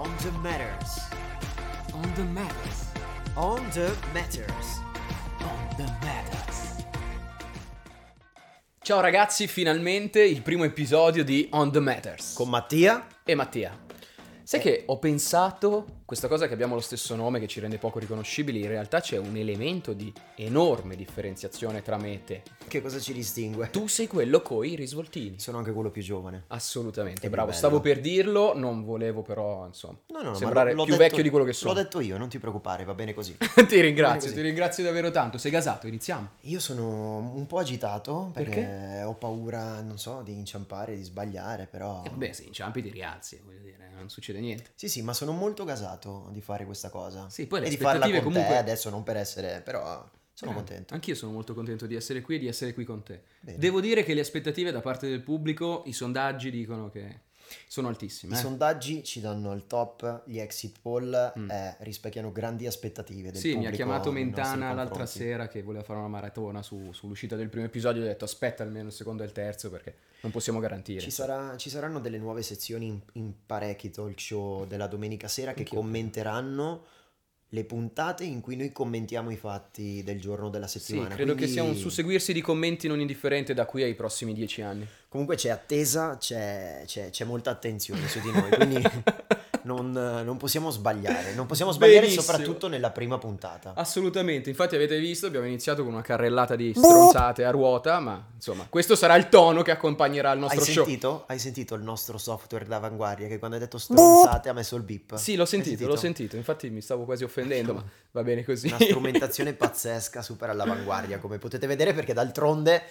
On the Matters. On the Matters. On the Matters. On the Matters. Ciao ragazzi, finalmente il primo episodio di On the Matters. Con Mattia e Mattia. Sai che ho pensato, questa cosa che abbiamo lo stesso nome che ci rende poco riconoscibili, in realtà c'è un elemento di enorme differenziazione tra me e te. Che cosa ci distingue? Tu sei quello coi risvoltini. Sono anche quello più giovane. Assolutamente, È bravo. bello. Stavo per dirlo, non volevo però, insomma, No, sembrare l'ho più detto- vecchio di quello che sono. L'ho detto io, non ti preoccupare, va bene così. Ti ringrazio, Bene così. ti ringrazio davvero tanto. Sei gasato, iniziamo. Io sono un po' agitato perché Perché? ho paura, non so, di inciampare, di sbagliare, però... Beh, se inciampi ti rialzi, voglio dire, non succede niente. Sì, ma sono molto gasato di fare questa cosa. Sì, poi le e di farla aspettative con comunque- te adesso, non per essere... però sono contento. Anch'io sono molto contento di essere qui e di essere qui con te. Bene. Devo dire che le aspettative da parte del pubblico, i sondaggi dicono che sono altissime. I sondaggi ci danno al top, gli exit poll Mm. rispecchiano grandi aspettative del Sì, pubblico. mi ha chiamato nei nostri Mentana l'altra confronti. sera che voleva fare una maratona sull'uscita del primo episodio. Ho detto aspetta almeno il secondo e il terzo perché non possiamo garantire. Ci saranno delle nuove sezioni in parecchi talk show della domenica sera che Anch'io. commenteranno le puntate in cui noi commentiamo i fatti del giorno della Sì, settimana. credo che Quindi, sia un susseguirsi di commenti non indifferente da qui ai prossimi 10 anni. comunque c'è attesa, c'è molta attenzione su di noi, quindi non possiamo sbagliare. Non possiamo sbagliare Benissimo. soprattutto nella prima puntata. Assolutamente, infatti avete visto, abbiamo iniziato con una carrellata di stronzate a ruota, ma insomma, questo sarà il tono che accompagnerà il nostro show. Hai sentito il nostro software d'avanguardia che quando hai detto stronzate ha messo il beep? Sì, l'ho Hai sentito, infatti mi stavo quasi offendendo, ma va bene così. Una strumentazione pazzesca, super all'avanguardia, come potete vedere, perché d'altronde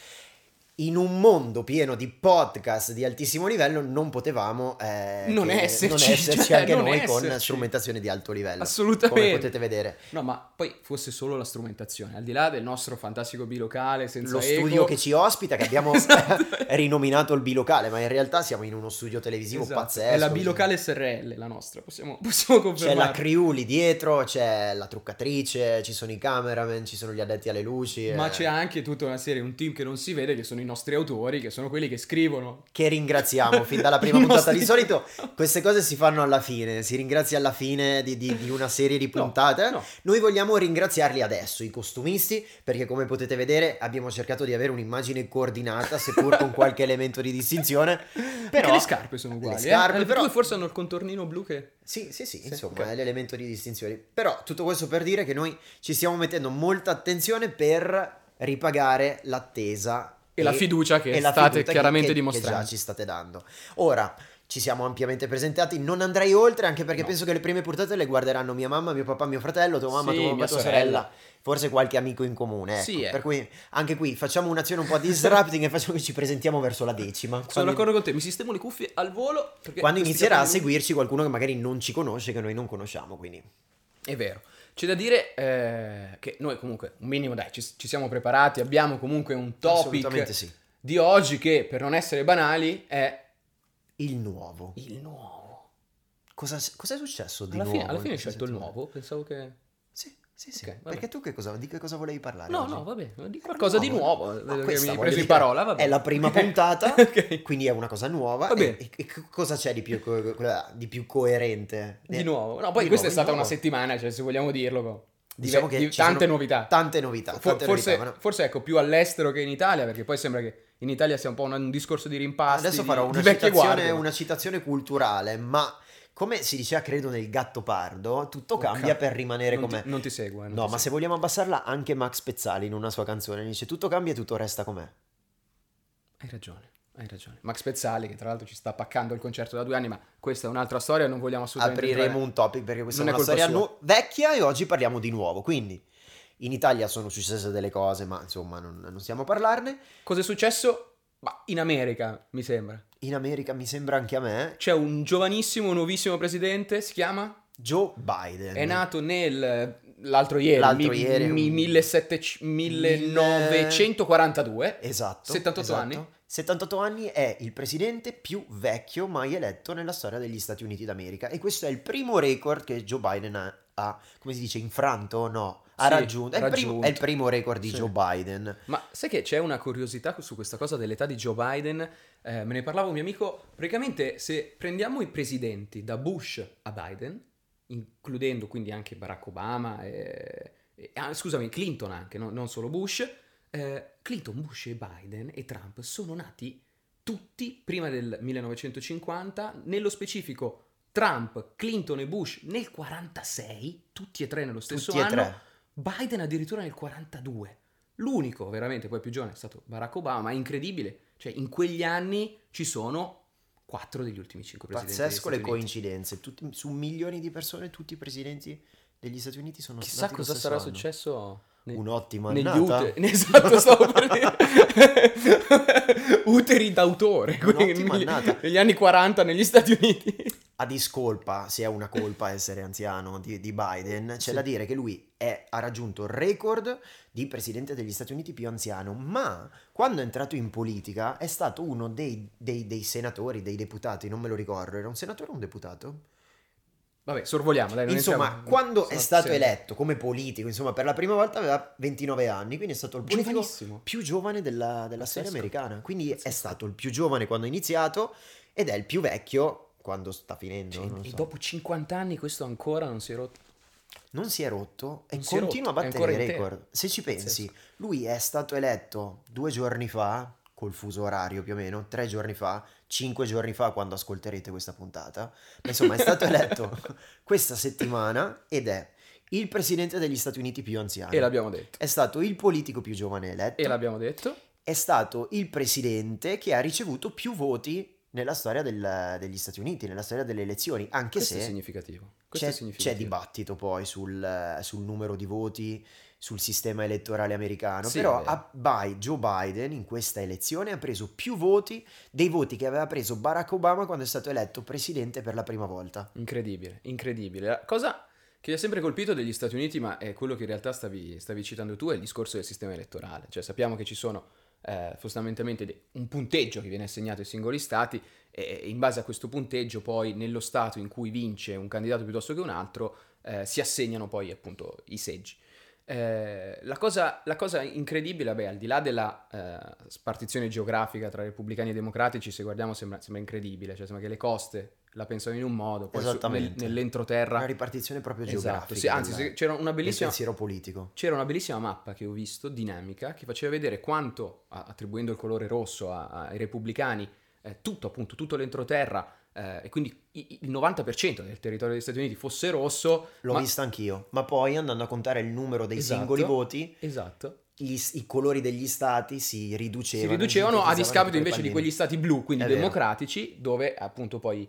in un mondo pieno di podcast di altissimo livello non potevamo Non esserci, cioè, anche non noi con esserci. strumentazione di alto livello. Assolutamente. Come potete vedere. No, ma poi fosse solo la strumentazione, al di là del nostro fantastico bilocale senza Lo eco. studio che ci ospita, che abbiamo Esatto. rinominato il bilocale, ma in realtà siamo in uno studio televisivo Esatto. pazzesco. È la bilocale SRL, la nostra, possiamo C'è confermare. la crew lì dietro, c'è la truccatrice, ci sono i cameraman, ci sono gli addetti alle luci. Ma c'è anche tutta una serie, un team che non si vede, che sono i nostri autori, che sono quelli che scrivono. Che ringraziamo fin dalla prima I puntata. nostri- Di solito queste cose si fanno alla fine, si ringrazia alla fine di una serie di puntate. no. Noi vogliamo ringraziarli adesso, i costumisti, perché come potete vedere abbiamo cercato di avere un'immagine coordinata, seppur con qualche elemento di distinzione. Però Anche le scarpe sono uguali. le scarpe, Le però tue forse hanno il contornino blu che... Sì, insomma, ok. è l'elemento di distinzione. Però tutto questo per dire che noi ci stiamo mettendo molta attenzione per ripagare l'attesa E la fiducia che e la state fiducia chiaramente che dimostrando. già ci state dando. Ora ci siamo ampiamente presentati, non andrei oltre anche perché No. penso che le prime puntate le guarderanno mia mamma, mio papà, mio fratello, tua mamma, Sì, tua papà, mia tua sorella. sorella, forse qualche amico in comune, ecco. Sì, Per cui anche qui facciamo un'azione un po' disrupting e facciamo che ci presentiamo verso la decima. Sono Quando- d'accordo con te, mi sistemo le cuffie al volo. perché quando questi inizierà a capelli lunghi- seguirci qualcuno che magari non ci conosce, che noi non conosciamo, quindi... È vero. C'è da dire che noi comunque, un minimo dai, ci siamo preparati, abbiamo comunque un Assolutamente topic sì. di oggi che, per non essere banali, è Il nuovo. il nuovo. Cos'è successo di Alla nuovo? fine hai in questa scelto il settimana? nuovo, pensavo che... Sì. Ok, vabbè. Perché tu di che cosa volevi parlare No, oggi? no, vabbè, di qualcosa di nuovo. Vedo che questa, mi hai voglio preso in dire, parola, vabbè. È la prima Ok. puntata, Ok. quindi è una cosa nuova. Va bene. E cosa c'è di più coerente? Di nuovo. No, poi Di questa nuovo, è stata di una nuovo. settimana, cioè se vogliamo dirlo. Diciamo che ci tante sono novità. Tante novità. Forse ecco, più all'estero che in Italia, perché poi sembra che in Italia sia un po' un discorso di rimpasti. Adesso farò di vecchie guardie. una citazione culturale, ma come si diceva credo nel Gattopardo, tutto cambia per rimanere com'è. Non ti segue. No, ma se vogliamo abbassarla, anche Max Pezzali in una sua canzone dice tutto cambia e tutto resta com'è. Hai ragione. Max Pezzali, che tra l'altro ci sta paccando il concerto da 2 anni, ma questa è un'altra storia, non vogliamo assolutamente Apriremo entrare- un topic perché questa è Non è una colpa storia sua. vecchia e oggi parliamo di nuovo. Quindi in Italia sono successe delle cose, ma insomma non stiamo a parlarne. Cosa è successo? Ma in America, mi sembra. In America mi sembra anche a me. C'è un giovanissimo, nuovissimo presidente, si chiama? Joe Biden. È nato l'altro ieri, 1942. Esatto. 78 esatto. anni? 78 anni è il presidente più vecchio mai eletto nella storia degli Stati Uniti d'America e questo è il primo record che Joe Biden ha come si dice, infranto? No, ha Sì, raggiunto. È il primo record di Sì. Joe Biden. Ma sai che c'è una curiosità su questa cosa dell'età di Joe Biden? me ne parlava un mio amico, praticamente se prendiamo i presidenti da Bush a Biden, includendo quindi anche Barack Obama, scusami, Clinton anche, non solo Bush, Clinton, Bush e Biden e Trump sono nati tutti prima del 1950, nello specifico Trump, Clinton e Bush nel 46, tutti e tre nello stesso Tutti e anno, tre. Biden addirittura nel 42. L'unico veramente poi più giovane è stato Barack Obama, ma è incredibile, cioè in quegli anni ci sono 4 degli ultimi 5 presidenti degli Pazzesco Stati le Uniti. coincidenze. Su milioni di persone, tutti i presidenti degli Stati Uniti sono Chissà nati lo cosa stesso sarà anno. successo Un'ottima negli annata. uteri. Esatto, stavo per dire. Uteri d'autore Un'ottima annata. negli anni 40 negli Stati Uniti. A discolpa, se è una colpa essere anziano di Biden, c'è Sì. da dire che lui ha raggiunto il record di presidente degli Stati Uniti più anziano, ma quando è entrato in politica è stato uno dei senatori, dei deputati, non me lo ricordo, era un senatore o un deputato? Vabbè, sorvoliamo, dai, non Insomma, entriamo- quando è stato sì. eletto come politico, insomma, per la prima volta aveva 29 anni, quindi è stato il politico Giovanissimo. più giovane della storia Pazzesco. americana. Quindi è Pazzesco. stato il più giovane quando ha iniziato ed è il più vecchio quando sta finendo. Cioè, non e so. dopo 50 anni questo ancora non si è rotto. Non si è rotto e Non si è continua rotto, a è battere ancora i intero. record. Se ci pensi, Pazzesco. lui è stato eletto 2 giorni fa, col fuso orario più o meno, 3 giorni fa, 5 giorni fa quando ascolterete questa puntata. Ma insomma, è stato eletto questa settimana ed è il presidente degli Stati Uniti più anziano. E l'abbiamo detto. È stato il politico più giovane eletto. E l'abbiamo detto. È stato il presidente che ha ricevuto più voti nella storia degli Stati Uniti, nella storia delle elezioni, anche Questo è se significativo. Questo è c'è significativo. dibattito poi sul numero di voti, sul sistema elettorale americano, Sì, però è vero. Joe Biden in questa elezione ha preso più voti dei voti che aveva preso Barack Obama quando è stato eletto presidente per la prima volta. Incredibile, incredibile. La cosa che mi ha sempre colpito degli Stati Uniti, ma è quello che in realtà stavi citando tu, è il discorso del sistema elettorale. Cioè sappiamo che ci sono fondamentalmente un punteggio che viene assegnato ai singoli stati e in base a questo punteggio poi nello stato in cui vince un candidato piuttosto che un altro si assegnano poi appunto i seggi. La cosa incredibile, vabbè, al di là della spartizione geografica tra repubblicani e democratici, se guardiamo sembra incredibile, cioè sembra che le coste la pensano in un modo, poi Esattamente. nell'entroterra. Una ripartizione proprio Esatto, geografica. sì, anzi, c'era una del bellissima pensiero politico. c'era una bellissima mappa che ho visto, dinamica, che faceva vedere quanto, attribuendo il colore rosso ai repubblicani, tutto l'entroterra, e quindi il 90% del territorio degli Stati Uniti fosse rosso. L'ho ma- vista anch'io, ma poi andando a contare il numero dei Esatto, singoli voti, Esatto. i colori degli stati si riducevano. Si riducevano a sintetizzavano discapito in invece di palline. quegli stati blu, quindi È vero. democratici, dove appunto poi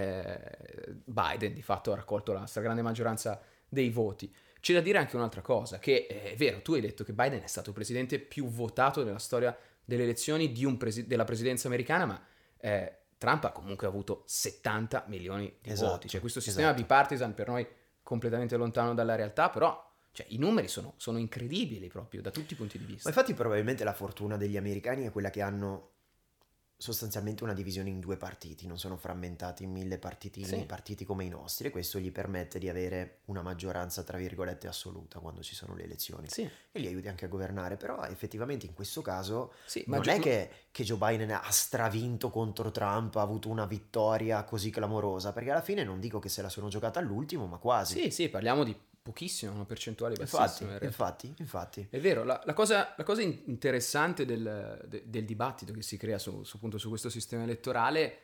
Biden di fatto ha raccolto la stragrande maggioranza dei voti. C'è da dire anche un'altra cosa, che è vero, tu hai detto che Biden è stato il presidente più votato nella storia delle elezioni della presidenza americana, ma Trump ha comunque avuto 70 milioni di Esatto, voti. Cioè questo sistema esatto. bipartisan per noi completamente lontano dalla realtà, però cioè, i numeri sono incredibili proprio da tutti i punti di Ma vista. infatti probabilmente la fortuna degli americani è quella che hanno sostanzialmente una divisione in 2 partiti, non sono frammentati in 1000 partitini, Sì. partiti come i nostri, e questo gli permette di avere una maggioranza tra virgolette assoluta quando ci sono le elezioni Sì, e li aiuti anche a governare, però effettivamente in questo caso sì, non è che Joe Biden ha stravinto contro Trump, ha avuto una vittoria così clamorosa, perché alla fine non dico che se la sono giocata all'ultimo, ma quasi. sì, parliamo di pochissimo, una percentuale bassissima in realtà. Infatti. È vero, la cosa interessante del dibattito che si crea appunto su questo sistema elettorale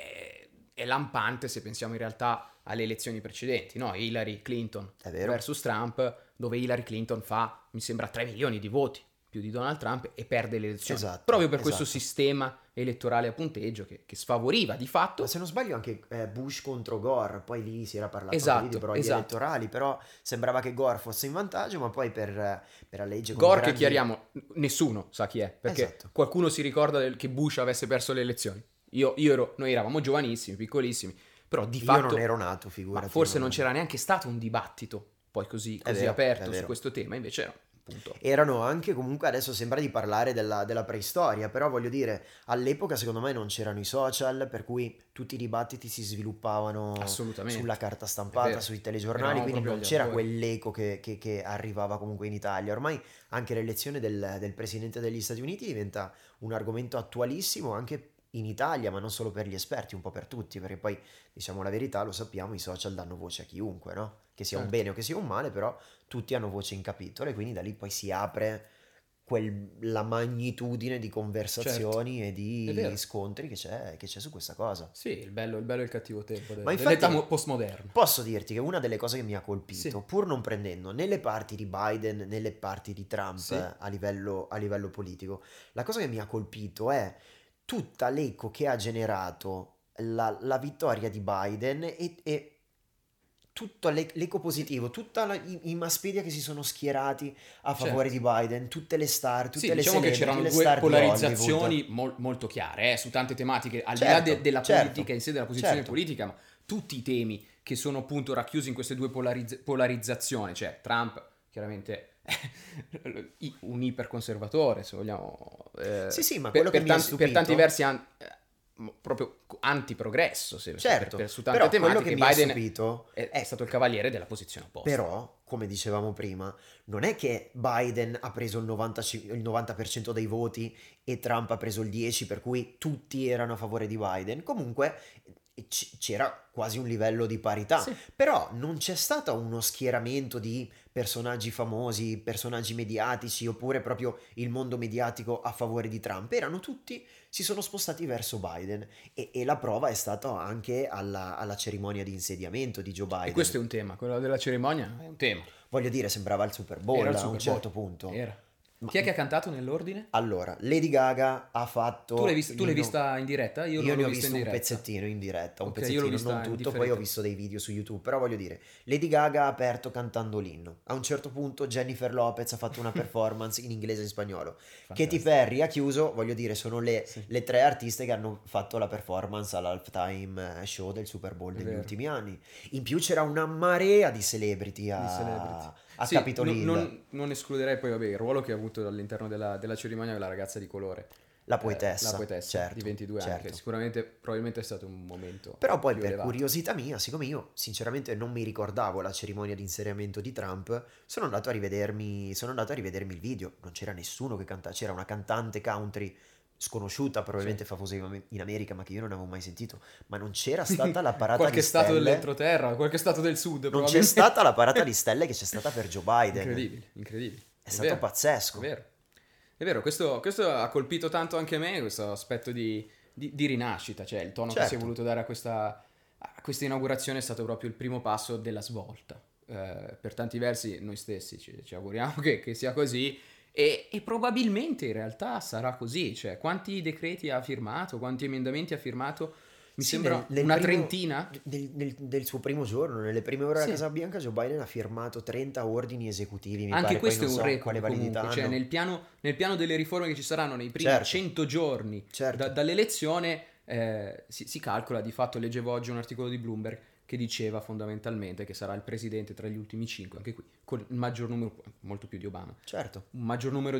è lampante se pensiamo in realtà alle elezioni precedenti, no? Hillary Clinton È vero. versus Trump, dove Hillary Clinton fa, mi sembra, 3 milioni di voti più di Donald Trump e perde le elezioni. Esatto, Proprio per questo esatto. sistema elettorale a punteggio che sfavoriva di fatto. Ma se non sbaglio anche Bush contro Gore, poi lì si era parlato Esatto, anche lì di brogli esatto. elettorali, però sembrava che Gore fosse in vantaggio, ma poi per la legge con Gore, grandi- che chiariamo, nessuno sa chi è, perché Esatto. qualcuno si ricorda che Bush avesse perso le elezioni. Noi eravamo giovanissimi, piccolissimi, però di Io fatto non ero nato, figurati. ma forse non c'era neanche stato un dibattito poi così vero, aperto è su vero. questo tema, invece era appunto. Erano anche, comunque adesso sembra di parlare della preistoria, però voglio dire, all'epoca secondo me non c'erano i social, per cui tutti i dibattiti si sviluppavano Assolutamente. sulla carta È stampata, vero. sui telegiornali, Eravamo quindi proprio non agli c'era albori. quell'eco che arrivava comunque in Italia. Ormai anche l'elezione del presidente degli Stati Uniti diventa un argomento attualissimo anche in Italia, ma non solo per gli esperti, un po' per tutti, perché poi, diciamo la verità, lo sappiamo, i social danno voce a chiunque, no? Che sia un Certo, bene o che sia un male, però tutti hanno voce in capitolo e quindi da lì poi si apre la magnitudine di certo, conversazioni e è di vero. scontri che c'è su questa cosa. Sì, il bello e il cattivo tempo Ma dell'età infatti postmoderna. posso dirti che una delle cose che mi ha Sì, colpito, pur non prendendo né le parti di Biden né le parti di Trump sì, a livello politico, la cosa che mi ha colpito è tutta l'eco che ha generato la vittoria di Biden e tutto l'eco sì, positivo, tutti i mass media che si sono schierati a favore certo. di Biden, tutte le star, Sì, tutte le diciamo che celebrity, c'erano le due star di Hollywood. polarizzazioni molto chiare, su tante tematiche, al di là Certo, della politica certo, in sé, della posizione certo. politica, ma tutti i temi che sono appunto racchiusi in queste due polarizzazioni, cioè Trump chiaramente un iperconservatore, se vogliamo, Sì, sì, ma quello che mi ha per tanti stupito. versi proprio antiprogresso Certo, su tante però quello che tematiche. mi ha Biden stupito è è, stato il cavaliere della posizione opposta. però, come dicevamo prima, non è che Biden ha preso il 90% dei voti e Trump ha preso il 10%, per cui tutti erano a favore di Biden. Comunque c'era quasi un livello di parità, Sì. però non c'è stato uno schieramento di personaggi famosi, personaggi mediatici, oppure proprio il mondo mediatico a favore di Trump. Erano tutti, si sono spostati verso Biden. E la prova è stata anche alla cerimonia di insediamento di Joe E Biden. questo è un tema, quello della cerimonia è un tema. Voglio dire, sembrava il Super Era Bowl il a un Super Bowl. certo punto. Era. Ma Chi è che ha cantato nell'ordine? allora, Lady Gaga ha fatto Tu l'hai vista in diretta? Io io non ne l'ho ho vista in visto un diretta. pezzettino in diretta, un Ok, io l'ho pezzettino, non vista in tutto, poi ho differita. visto dei video su YouTube, però voglio dire, Lady Gaga ha aperto cantando l'inno. A un certo punto Jennifer Lopez ha fatto una performance in inglese e in spagnolo. Katy Fantastico. Perry ha chiuso, voglio dire, sono Sì, le tre artiste che hanno fatto la performance all'halftime show del Super Bowl è degli vero. ultimi anni. In più c'era una marea di celebrity Di celebrity. a Sì, Capitol Hill. non escluderei poi, vabbè, il ruolo che ha avuto all'interno della cerimonia la ragazza di colore, La la poetessa, poetessa di certo, 22 anni, che certo. sicuramente, probabilmente è stato un momento Però poi più per elevato. curiosità mia, siccome io sinceramente non mi ricordavo la cerimonia di insediamento di Trump, sono andato a rivedermi il video. Non c'era nessuno che cantava, c'era una cantante country sconosciuta, Sì. probabilmente famosa in America, ma che io non avevo mai sentito. Ma non c'era stata la parata di Qualche stato stelle. dell'entroterra, qualche stato del sud, Non c'è probabilmente. stata la parata di stelle che c'è stata per Joe Biden. Incredibile, incredibile. È stato È pazzesco. vero. È vero, questo ha colpito tanto anche me, questo aspetto di rinascita, cioè il tono che si è Certo. voluto dare a questa inaugurazione è stato proprio il primo passo della svolta. Per tanti versi noi stessi ci auguriamo che sia così e probabilmente in realtà sarà così, cioè quanti decreti ha firmato, quanti emendamenti ha firmato, mi Sì, sembra nel una primo, trentina? del suo primo giorno, nelle prime ore alla Sì. Casa Bianca, Joe Biden ha firmato 30 ordini esecutivi, mi Anche pare, poi questo non è un so quale record validità comunque, cioè hanno. nel piano delle riforme che ci saranno nei primi Certo, 100 giorni certo, dall'elezione, si calcola, di fatto leggevo oggi un articolo di Bloomberg che diceva fondamentalmente che sarà il presidente tra gli ultimi 5, anche qui, con il maggior numero, molto più di Obama, certo. un maggior numero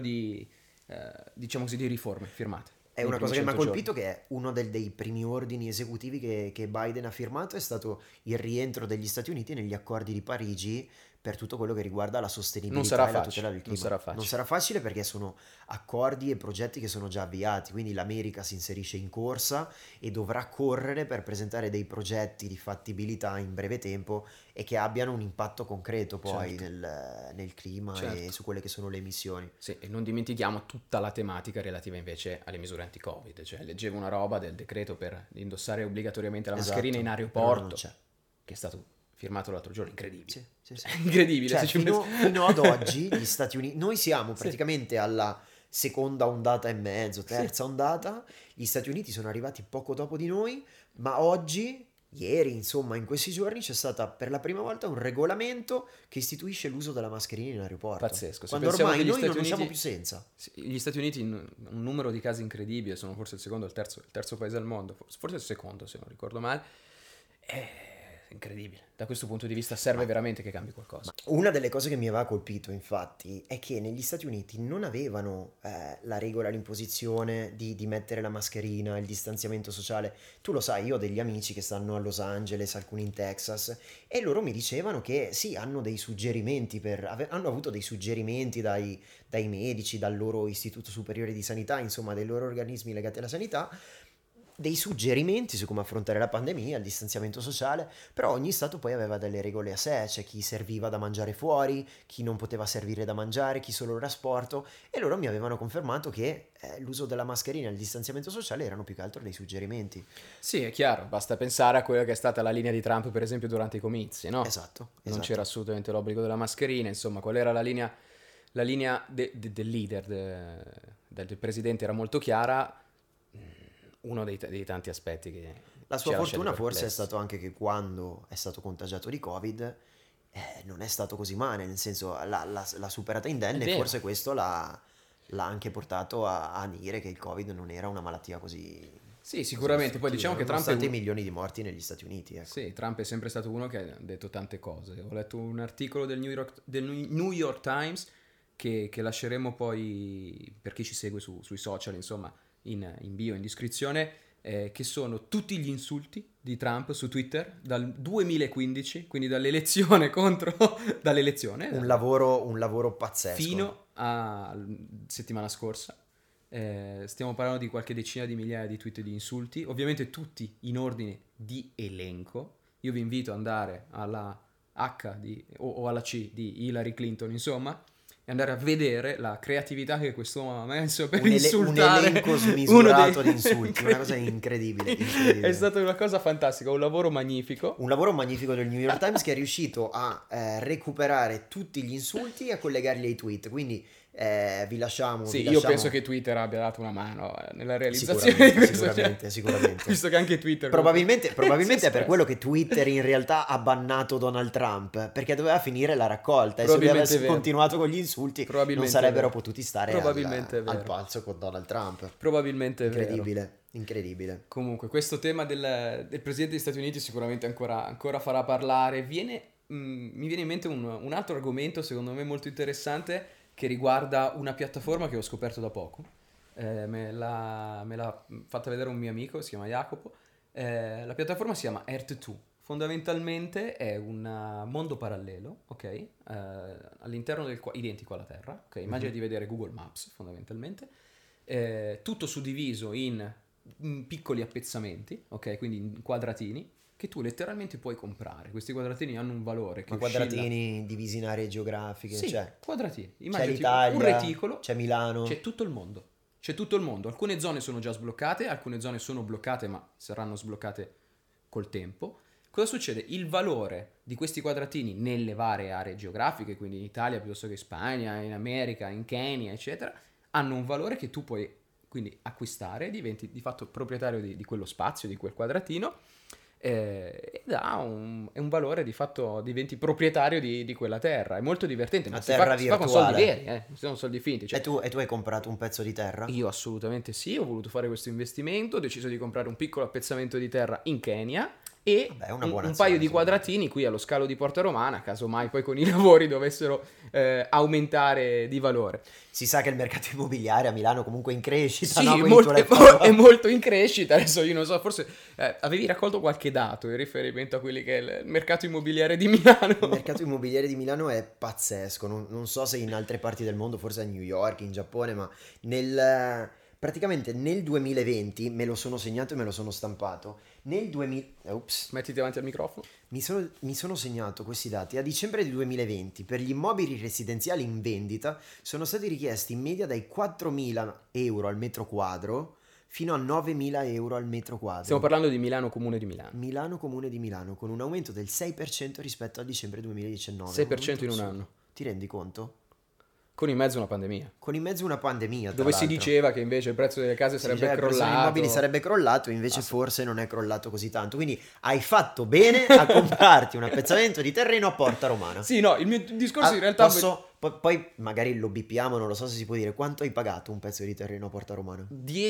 diciamo così, di riforme firmate È nei una primi cosa che mi ha 100 giorni. colpito che è uno dei primi ordini esecutivi che Biden ha firmato è stato il rientro degli Stati Uniti negli accordi di Parigi per tutto quello che riguarda la Non sostenibilità sarà e la tutela facile, del non clima. sarà Non facile. sarà facile perché sono accordi e progetti che sono già avviati, quindi l'America si inserisce in corsa e dovrà correre per presentare dei progetti di fattibilità in breve tempo e che abbiano un impatto concreto poi Certo, nel clima e certo. su quelle che sono le emissioni. Sì, e non dimentichiamo tutta la tematica relativa invece alle misure anti-Covid, cioè leggevo una roba del decreto per indossare obbligatoriamente la mascherina in Esatto, per ora non aeroporto, c'è. che è stato firmato l'altro giorno, incredibile. Sì, sì, Cioè, sì. incredibile se Cioè, ci pensi. fino ad oggi gli Stati Uniti, noi siamo Sì, praticamente alla seconda ondata e mezzo, sì. terza ondata, gli Stati Uniti sono arrivati poco dopo di noi, ma oggi, ieri, insomma, in questi giorni c'è stata per la prima volta un regolamento che istituisce l'uso della mascherina in aeroporto, Pazzesco. Se quando pensiamo che ormai noi non ne siamo più senza. Gli Stati Uniti un numero di casi incredibile, sono forse il secondo o il terzo paese al mondo, forse il secondo se non ricordo male, è incredibile. Da questo punto di vista serve Ma veramente che cambi qualcosa. una delle cose che mi aveva colpito, infatti, è che negli Stati Uniti non avevano la regola, l'imposizione di mettere la mascherina, il distanziamento sociale. Tu lo sai, io ho degli amici che stanno a Los Angeles, alcuni in Texas, e loro mi dicevano che sì, hanno dei suggerimenti hanno avuto dei suggerimenti dai medici, dal loro istituto superiore di sanità, insomma, dai loro organismi legati alla sanità, dei suggerimenti su come affrontare la pandemia, il distanziamento sociale, però ogni stato poi aveva delle regole a sé, c'è chi serviva da mangiare fuori, chi non poteva servire da mangiare, chi solo il trasporto, e loro mi avevano confermato che l'uso della mascherina e il distanziamento sociale erano più che altro dei suggerimenti. Sì, è chiaro, basta pensare a quella che è stata la linea di Trump, per esempio, durante i comizi, no? Esatto, Non esatto. c'era assolutamente l'obbligo della mascherina, insomma, qual era la linea del leader, del presidente era molto chiara, uno dei tanti aspetti che La ci sua ha lasciati fortuna forse è perplessi. stato anche che quando è stato contagiato di Covid non è stato così male, nel senso l'ha superata È indenne e vero. forse questo l'ha anche portato a dire che il Covid non era una malattia così, Sì, così sicuramente, poi distruttiva, diciamo che Trump è nonostante i uno... milioni di morti negli Stati Uniti, ecco. Sì, Trump è sempre stato uno che ha detto tante cose. Ho letto un articolo del New York Times che lasceremo poi per chi ci segue sui social, insomma, in bio, in descrizione, che sono tutti gli insulti di Trump su Twitter dal 2015, quindi dall'elezione contro, dall'elezione, Un lavoro pazzesco. fino a settimana scorsa. Stiamo parlando di qualche decina di migliaia di tweet e di insulti, ovviamente tutti in ordine di elenco. Io vi invito ad andare alla o alla C di Hillary Clinton, insomma, e andare a vedere la creatività che quest'uomo ha messo per Un insultare elenco uno dei... smisurato di insulti, una cosa incredibile, incredibile. È incredibile. stata una cosa fantastica, un lavoro magnifico. Un lavoro magnifico del New York Times che è riuscito a recuperare tutti gli insulti e a collegarli ai tweet. Quindi vi Sì, io penso lasciamo che Twitter abbia dato una mano nella realizzazione di questo, sicuramente. visto che anche Twitter si è Probabilmente è per quello espresso. che Twitter in realtà ha bannato Donald Trump, perché doveva finire la raccolta e se lui Probabilmente è avesse vero. continuato con gli insulti non Probabilmente è sarebbero vero. potuti stare Probabilmente è al vero. palzo con Donald Trump. Probabilmente è vero. Incredibile, incredibile. Comunque, questo tema del presidente degli Stati Uniti sicuramente ancora farà parlare. Mi viene in mente un altro argomento, secondo me molto interessante, che riguarda una piattaforma che ho scoperto da poco. Me l'ha fatta vedere un mio amico, si chiama Jacopo. La piattaforma si chiama Earth2. Fondamentalmente è un mondo parallelo, ok? All'interno del quale, identico alla Terra, ok? Immagina Mhm. di vedere Google Maps, fondamentalmente. Tutto suddiviso in piccoli appezzamenti, ok? Quindi in quadratini, che tu letteralmente puoi comprare. Questi quadratini hanno un valore che Ma oscilla... quadratini divisi in aree geografiche, Sì, quadratini. c'è Immaginati un l'Italia, reticolo, c'è Milano. c'è tutto il mondo. C'è tutto il mondo. Alcune zone sono già sbloccate, alcune zone sono bloccate, ma saranno sbloccate col tempo. Cosa succede? Il valore di questi quadratini nelle varie aree geografiche, quindi in Italia piuttosto che in Spagna, in America, in Kenya, eccetera, hanno un valore che tu puoi quindi acquistare, diventi di fatto proprietario di quello spazio, di quel quadratino, ed è un valore di fatto, diventi proprietario di quella terra. È molto divertente, ma La terra si fa con soldi virtuale. veri, non sono soldi finti. Cioè, E tu hai comprato un pezzo di terra? io assolutamente sì, ho voluto fare questo investimento, ho deciso di comprare un piccolo appezzamento di terra in Kenya e Vabbè, è una buona un paio azione di sicuramente. quadratini qui allo scalo di Porta Romana, casomai poi con i lavori dovessero aumentare di valore. Si sa che il mercato immobiliare a Milano comunque è in crescita, Sì, no? Quindi tu l'hai è fatto... molto in crescita, adesso io non so, forse avevi raccolto qualche dato in riferimento a quelli che è il mercato immobiliare di Il Milano. mercato immobiliare di Milano è pazzesco, non so se in altre parti del mondo, forse a New York, in Giappone, ma praticamente nel 2020, me lo sono segnato e me lo sono stampato, nel 2000... Ups. Mettiti davanti al microfono. Mi sono segnato questi dati. A dicembre di 2020 per gli immobili residenziali in vendita sono stati richiesti in media dai 4.000 euro al metro quadro fino a 9.000 euro al metro Stiamo quadro. parlando di Milano, comune di Milano. Milano Comune di Milano, con un aumento del 6% rispetto a dicembre 2019. Un 6% aumento in un assurdo. anno. Ti rendi conto? Con in mezzo una pandemia. Con in mezzo una pandemia, tra Dove si l'altro. diceva che invece il prezzo delle case Si sarebbe diceva che il prezzo degli immobili crollato. sarebbe crollato, invece Ah, sì. forse non è crollato così tanto. Quindi hai fatto bene a comprarti un appezzamento di terreno a Porta Romana. Sì, no, il mio discorso in realtà... Poi magari lo bippiamo, non lo so se si può dire. Quanto hai pagato un pezzo di terreno a Porta Romana?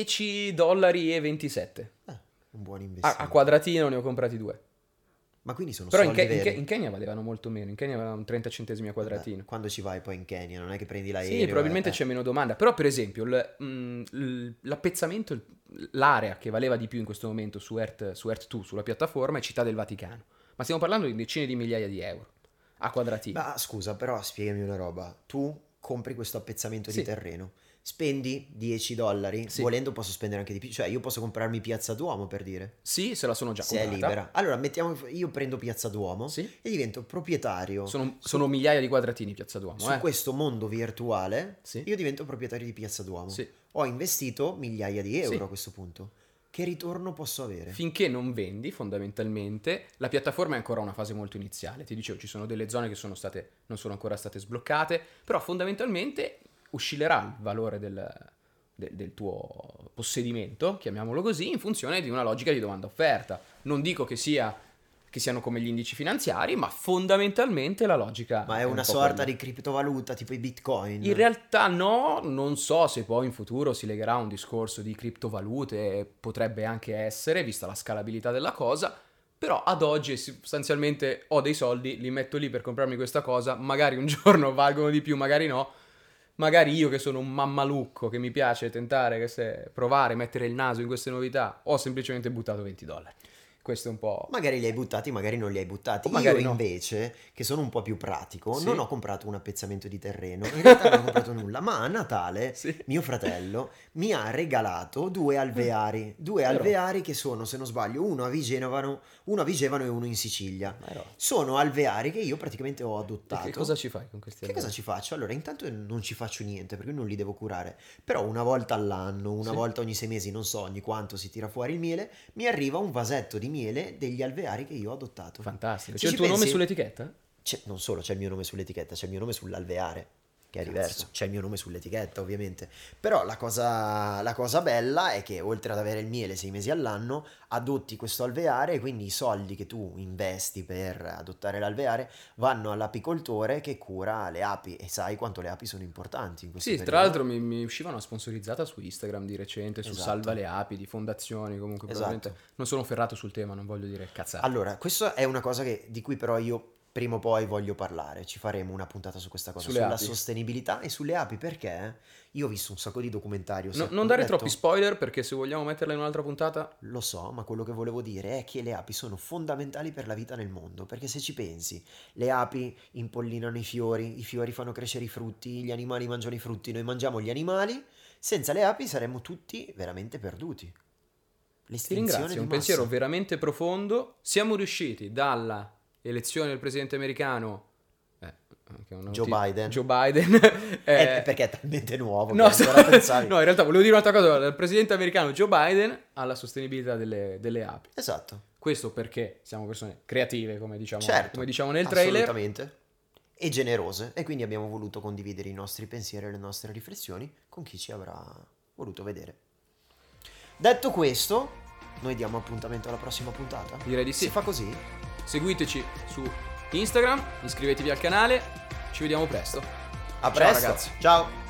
$10,27. Un buon A investimento. quadratino ne ho comprati 2. Ma quindi sono Però soldi veri. in Kenya valevano molto meno. In Kenya valevano 30 centesimi a Vabbè, quadratino. quando ci vai poi in Kenya, non è che prendi Sì, l'aereo. probabilmente c'è meno domanda. Però, per esempio, l'appezzamento, l'area che valeva di più in questo momento su Earth2, sulla piattaforma, è Città del Vaticano. Ma stiamo parlando di decine di migliaia di euro a quadratino. Ma scusa, però spiegami una roba. Tu compri questo appezzamento di Sì. terreno. spendi $10, Sì. volendo posso spendere anche di più, cioè io posso comprarmi Piazza Duomo per dire, Sì, se la sono già se è comprata. libera. Allora io prendo Piazza Duomo Sì. e divento proprietario Sono migliaia di quadratini Piazza Duomo, su questo mondo virtuale, Sì. io divento proprietario di Piazza Duomo. Sì. Ho investito migliaia di euro Sì. a questo punto. Che ritorno posso avere? Finché non vendi, fondamentalmente, la piattaforma è ancora a una fase molto iniziale. Ti dicevo, ci sono delle zone che non sono ancora state sbloccate, però fondamentalmente oscillerà il valore del tuo possedimento, chiamiamolo così, in funzione di una logica di domanda-offerta. Non dico che siano come gli indici finanziari, ma fondamentalmente la logica Ma è un una po' sorta quella. di criptovaluta tipo i Bitcoin? In realtà no, non so se poi in futuro si legherà a un discorso di criptovalute, potrebbe anche essere, vista la scalabilità della cosa, però ad oggi sostanzialmente ho dei soldi, li metto lì per comprarmi questa cosa, magari un giorno valgono di più, magari no, magari io che sono un mammalucco che mi piace tentare, provare, mettere il naso in queste novità, ho semplicemente buttato $20. Questo è un po'... Magari li hai buttati, magari non li hai buttati. O magari Io no. invece, che sono un po' più pratico, Sì. non ho comprato un appezzamento di terreno, in realtà non ho comprato nulla, ma a Natale Sì. mio fratello mi ha regalato due alveari, che sono, se non sbaglio, uno a Vigevano e uno in Sicilia. Sono alveari che io praticamente ho adottato. E che cosa ci fai con questi Che cosa ci faccio? Allora, intanto non ci faccio niente perché non li devo curare, però una volta all'anno, una Sì. volta ogni 6 mesi, non so ogni quanto si tira fuori il miele, mi arriva un vasetto di miele degli alveari che io ho adottato. Fantastico. Se C'è il ci tuo nome pensi- sull'etichetta? non solo c'è il mio nome sull'etichetta, c'è il mio nome sull'alveare, che è Cazzo. diverso. C'è il mio nome sull'etichetta, ovviamente. Però la cosa bella è che oltre ad avere il miele 6 mesi all'anno, adotti questo alveare e quindi i soldi che tu investi per adottare l'alveare vanno all'apicoltore che cura le api e sai quanto le api sono importanti in questo Sì, periodo. tra l'altro mi usciva una sponsorizzata su Instagram di recente, su Esatto. Salva le api, di fondazioni, comunque Esatto. probabilmente non sono ferrato sul tema, non voglio dire cazzate. Allora, questa è una cosa di cui però io prima o poi voglio parlare. Ci faremo una puntata su questa cosa, Sulle sulla api. sostenibilità e sulle api, perché io ho visto un sacco di documentari. Non dare troppi spoiler perché se vogliamo metterla in un'altra puntata... Lo so, ma quello che volevo dire è che le api sono fondamentali per la vita nel mondo, perché se ci pensi, le api impollinano i fiori fanno crescere i frutti, gli animali mangiano i frutti, noi mangiamo gli animali, senza le api saremmo tutti veramente perduti. Ti L'estinzione ringrazio, è di un massa. pensiero veramente profondo. Siamo riusciti dalla elezione del presidente americano... che è una Joe notizia- Biden. Joe Biden. Perché è talmente nuovo No, che ancora pensavi. no, in realtà volevo dire un'altra cosa, dal presidente americano Joe Biden alla sostenibilità delle api. Esatto. Questo perché siamo persone creative, come diciamo, Certo, come diciamo nel trailer. assolutamente. E generose. E quindi abbiamo voluto condividere i nostri pensieri e le nostre riflessioni con chi ci avrà voluto vedere. Detto questo, noi diamo appuntamento alla prossima puntata. Direi di sì. Si fa così? Seguiteci su Instagram, iscrivetevi al canale, ci vediamo presto. A Ciao, presto. ragazzi. Ciao.